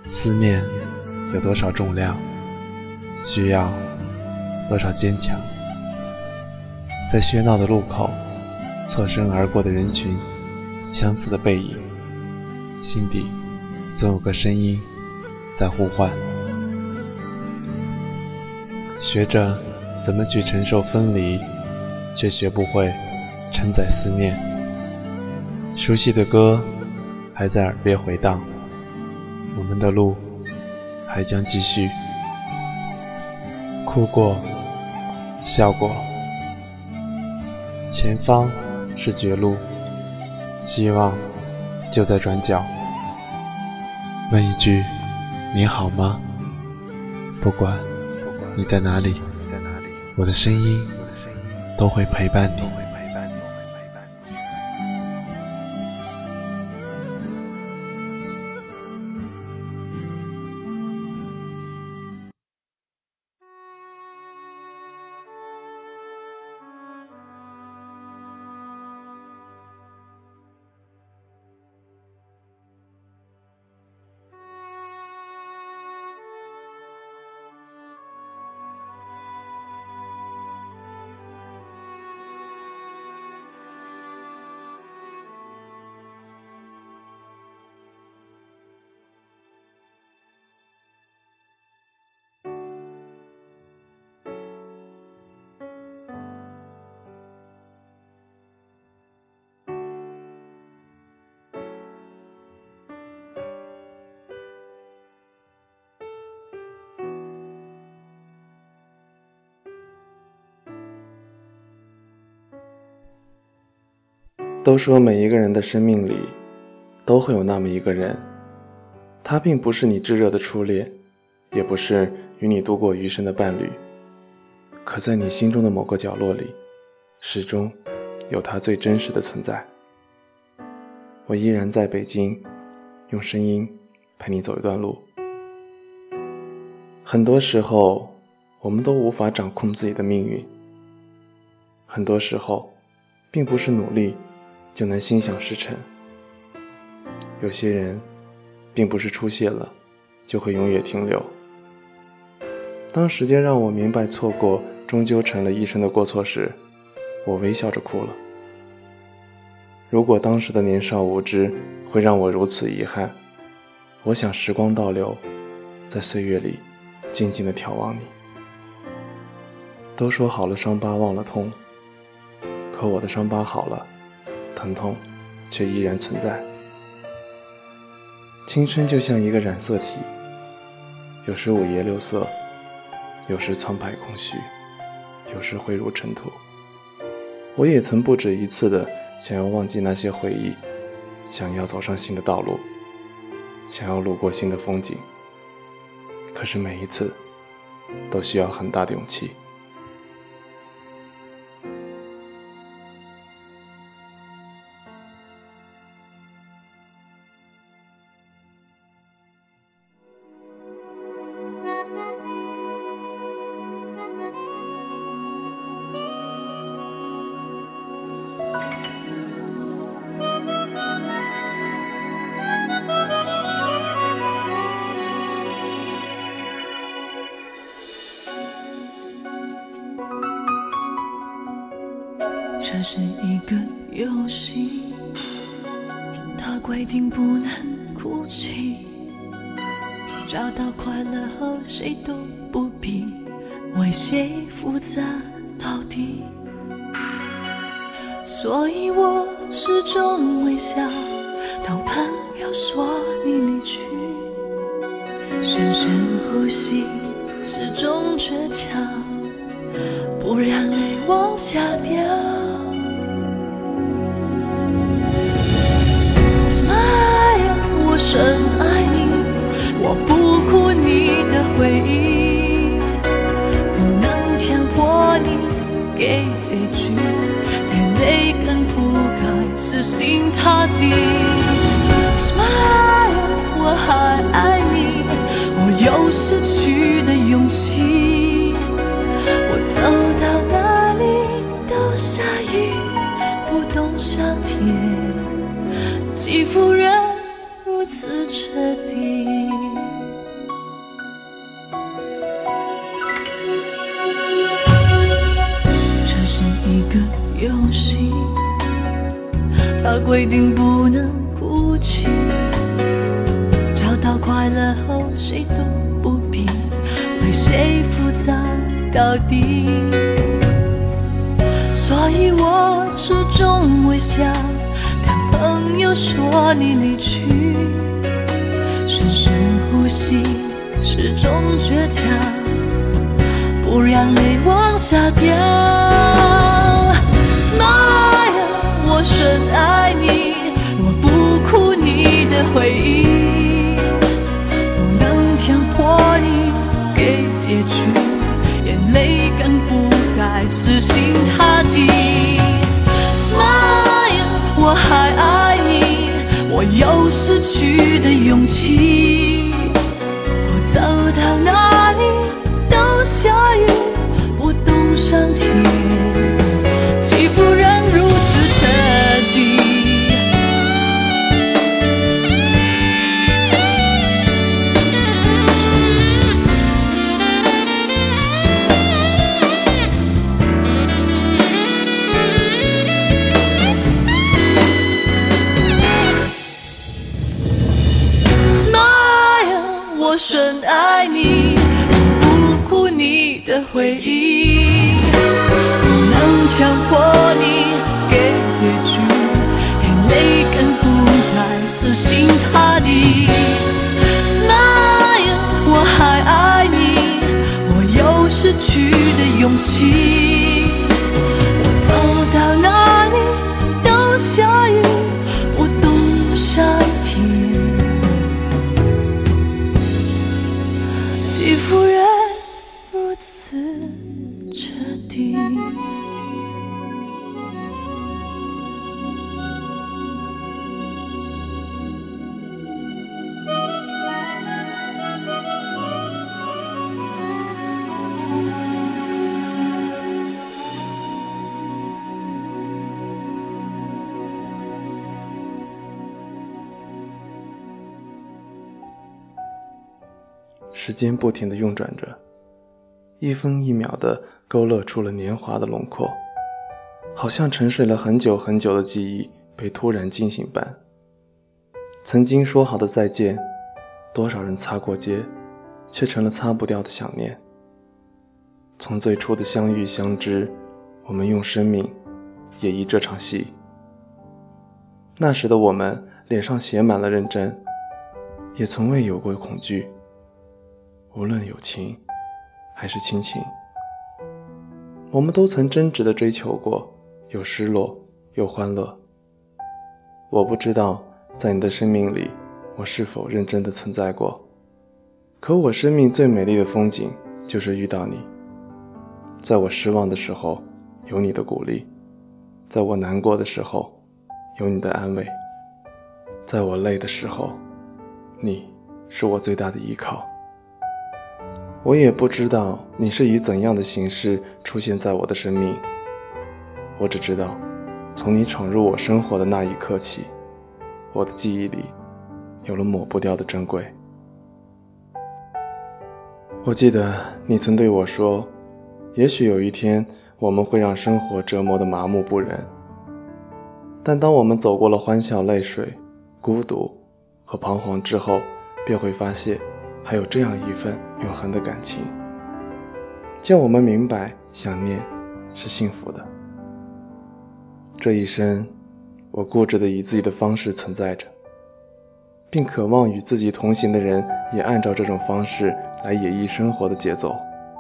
思念有多少重量，需要多少坚强。在喧闹的路口，侧身而过的人群，相似的背影，心底总有个声音在呼唤，学着怎么去承受分离，却学不会承载思念。熟悉的歌还在耳边回荡，我们的路还将继续。哭过，笑过，前方是绝路，希望就在转角。问一句你好吗？不管你在哪里，我的声音都会陪伴你。都说每一个人的生命里都会有那么一个人，他并不是你炙热的初恋，也不是与你度过余生的伴侣，可在你心中的某个角落里，始终有他最真实的存在。我依然在北京，用声音陪你走一段路。很多时候，我们都无法掌控自己的命运，很多时候，并不是努力就能心想事成。有些人并不是出现了就会永远停留。当时间让我明白错过终究成了一生的过错时，我微笑着哭了。如果当时的年少无知会让我如此遗憾，我想时光倒流，在岁月里静静地眺望你。都说好了伤疤忘了痛，可我的伤疤好了，疼痛却依然存在。青春就像一个染色体，有时五颜六色，有时苍白空虚，有时汇入尘土。我也曾不止一次的想要忘记那些回忆，想要走上新的道路，想要路过新的风景，可是每一次都需要很大的勇气。 这是一个游戏，它规定不能哭泣，找到快乐后谁都不必为谁复杂到底，所以我始终微笑，当朋友说你离去，深深呼吸，始终倔强，不让泪往下掉。深爱你，我不顾你的回忆，不能强迫你给结局，眼泪更不该死心塌地。 规定不能哭泣，找到快乐后谁都不必为谁复杂到底，所以我始终微笑，当朋友说你离去，深深呼吸，始终倔强，不让泪往下掉。妈呀，我深爱你，我不哭你的回忆，不能强迫你给结局，眼泪更不该死心塌地。妈呀，我还爱你，我有失去的勇气，我走到哪里都下雨，不懂上天，欺负人如此彻底。妈呀，我深爱你，不顾你的回忆，不能强迫你给结局，眼泪更不该死心塌地。妈呀，我还爱你，我有失去的勇气，我走到哪里都下雨，不懂上天，欺负人如此彻底。 时间不停地运转着，一分一秒地勾勒出了年华的轮廓，好像沉睡了很久很久的记忆被突然惊醒般。曾经说好的再见，多少人擦过街，却成了擦不掉的想念。从最初的相遇相知，我们用生命演绎这场戏。那时的我们脸上写满了认真，也从未有过恐惧。无论友情还是亲情，我们都曾真挚地追求过，有失落，有欢乐。我不知道在你的生命里，我是否认真地存在过，可我生命最美丽的风景就是遇到你。在我失望的时候，有你的鼓励；在我难过的时候，有你的安慰；在我累的时候，你是我最大的依靠。我也不知道你是以怎样的形式出现在我的生命，我只知道，从你闯入我生活的那一刻起，我的记忆里有了抹不掉的珍贵。我记得你曾对我说，也许有一天我们会让生活折磨得麻木不仁，但当我们走过了欢笑、泪水、孤独和彷徨之后，便会发现还有这样一份永恒的感情，叫我们明白想念是幸福的。这一生，我固执地以自己的方式存在着，并渴望与自己同行的人也按照这种方式来演绎生活的节奏。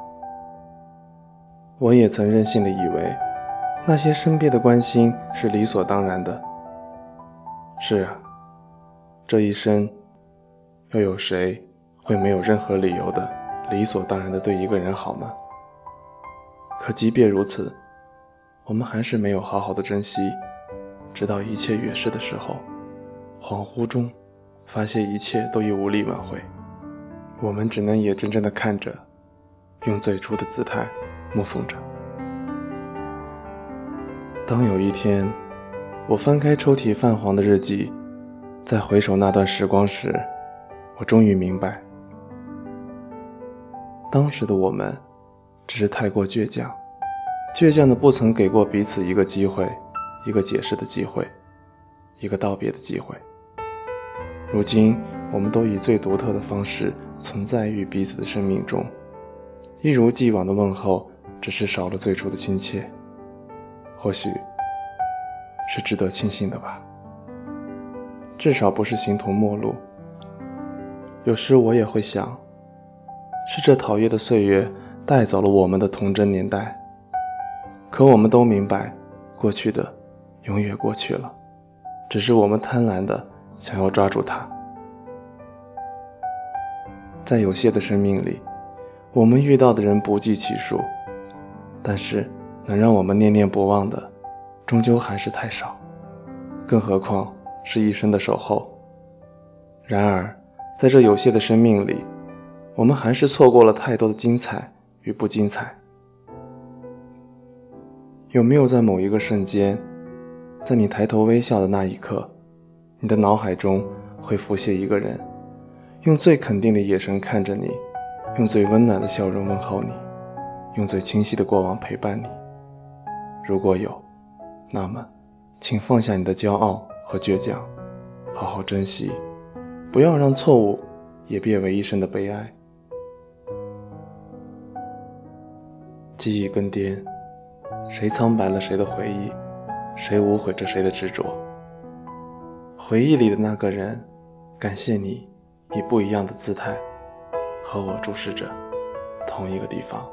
我也曾任性地以为，那些身边的关心是理所当然的。是啊，这一生，又有谁会没有任何理由的理所当然的对一个人好呢？可即便如此，我们还是没有好好的珍惜，直到一切远逝的时候，恍惚中发现一切都已无力挽回，我们只能眼睁睁地看着，用最初的姿态目送着。当有一天我翻开抽屉泛黄的日记，再回首那段时光时，我终于明白，当时的我们只是太过倔强，倔强的不曾给过彼此一个机会，一个解释的机会， 一个道别的机会。如今我们都以最独特的方式存在于彼此的生命中，一如既往的问候，只是少了最初的亲切，或许是值得庆幸的吧，至少不是形同陌路。有时我也会想，是这讨厌的岁月带走了我们的童真年代，可我们都明白，过去的永远过去了，只是我们贪婪的想要抓住它。在有些的生命里，我们遇到的人不计其数，但是能让我们念念不忘的终究还是太少，更何况是一生的守候。然而在这有限的生命里，我们还是错过了太多的精彩与不精彩。有没有在某一个瞬间，在你抬头微笑的那一刻，你的脑海中会浮现一个人，用最肯定的眼神看着你，用最温暖的笑容问候你，用最清晰的过往陪伴你？如果有，那么请放下你的骄傲和倔强，好好珍惜，不要让错误也变为一生的悲哀。记忆更迭，谁苍白了谁的回忆，谁无悔着谁的执着。回忆里的那个人，感谢你以不一样的姿态和我注视着同一个地方。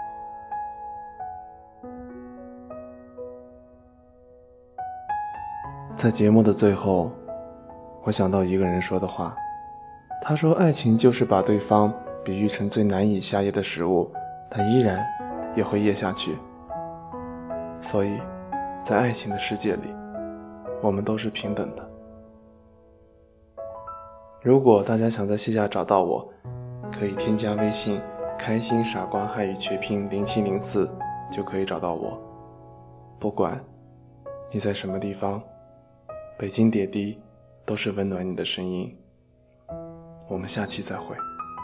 在节目的最后，我想到一个人说的话，他说爱情就是把对方比喻成最难以下咽的食物，但依然也会咽下去。所以在爱情的世界里，我们都是平等的。如果大家想在线下找到我，可以添加微信开心傻瓜汉语全拼0704就可以找到我。不管你在什么地方，北京点滴都是温暖你的声音。我们下期再会。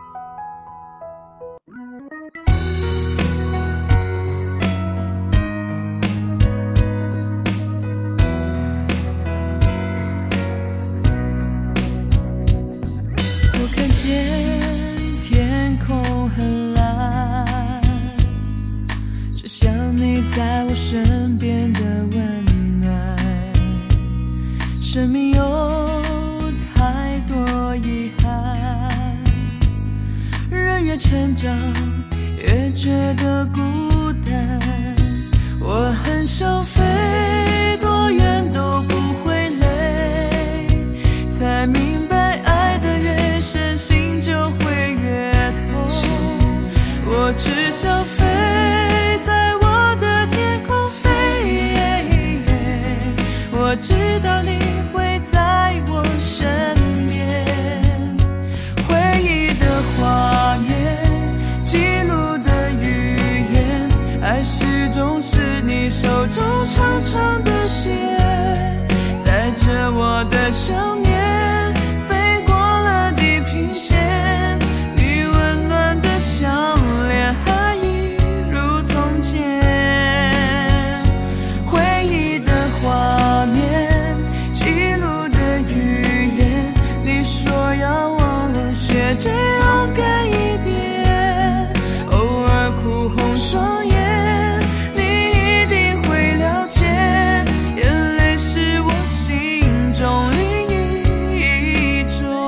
我看见天空很蓝，就像你在我身边的温暖。生命有太多遗憾，人越成长越觉得孤单。我很想飞多远都不会累，才明白爱的越深心就会越痛。我只想飞在我的天空飞，我知道你会在我身边。回忆的画面，记录的语言，爱始终是你手中长长的线，载着我的想念，飞过了地平线。你温暖的笑脸还一如从前。回忆的画面，记录的语言，你说要忘了，学着勇敢一点。偶尔哭红双眼，你一定会了解，眼泪是我心中另一种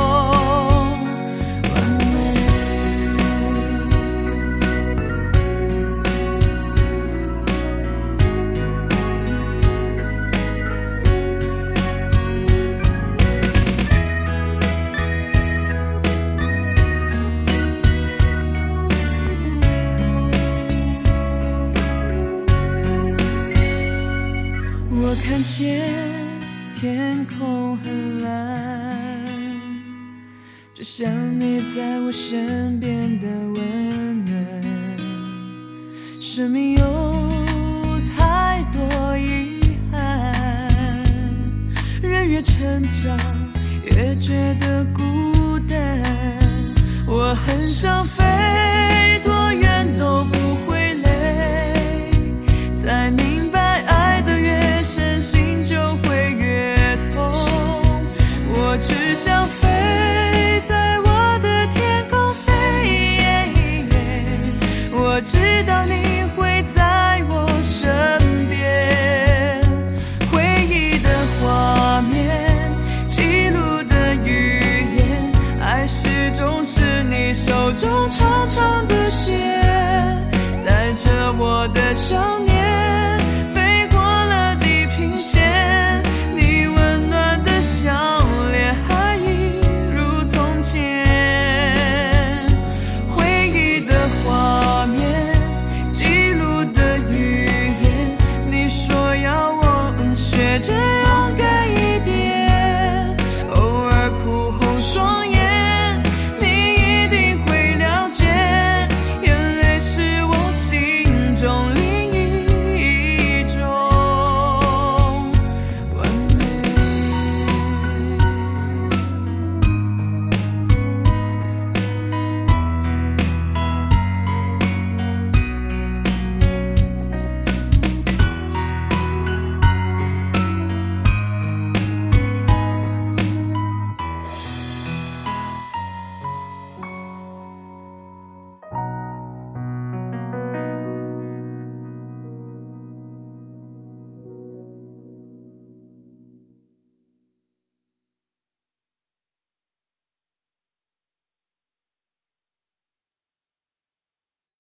完美。我看见天空很蓝，就像你在我身边的温暖。生命有太多遗憾，人越成长越觉得孤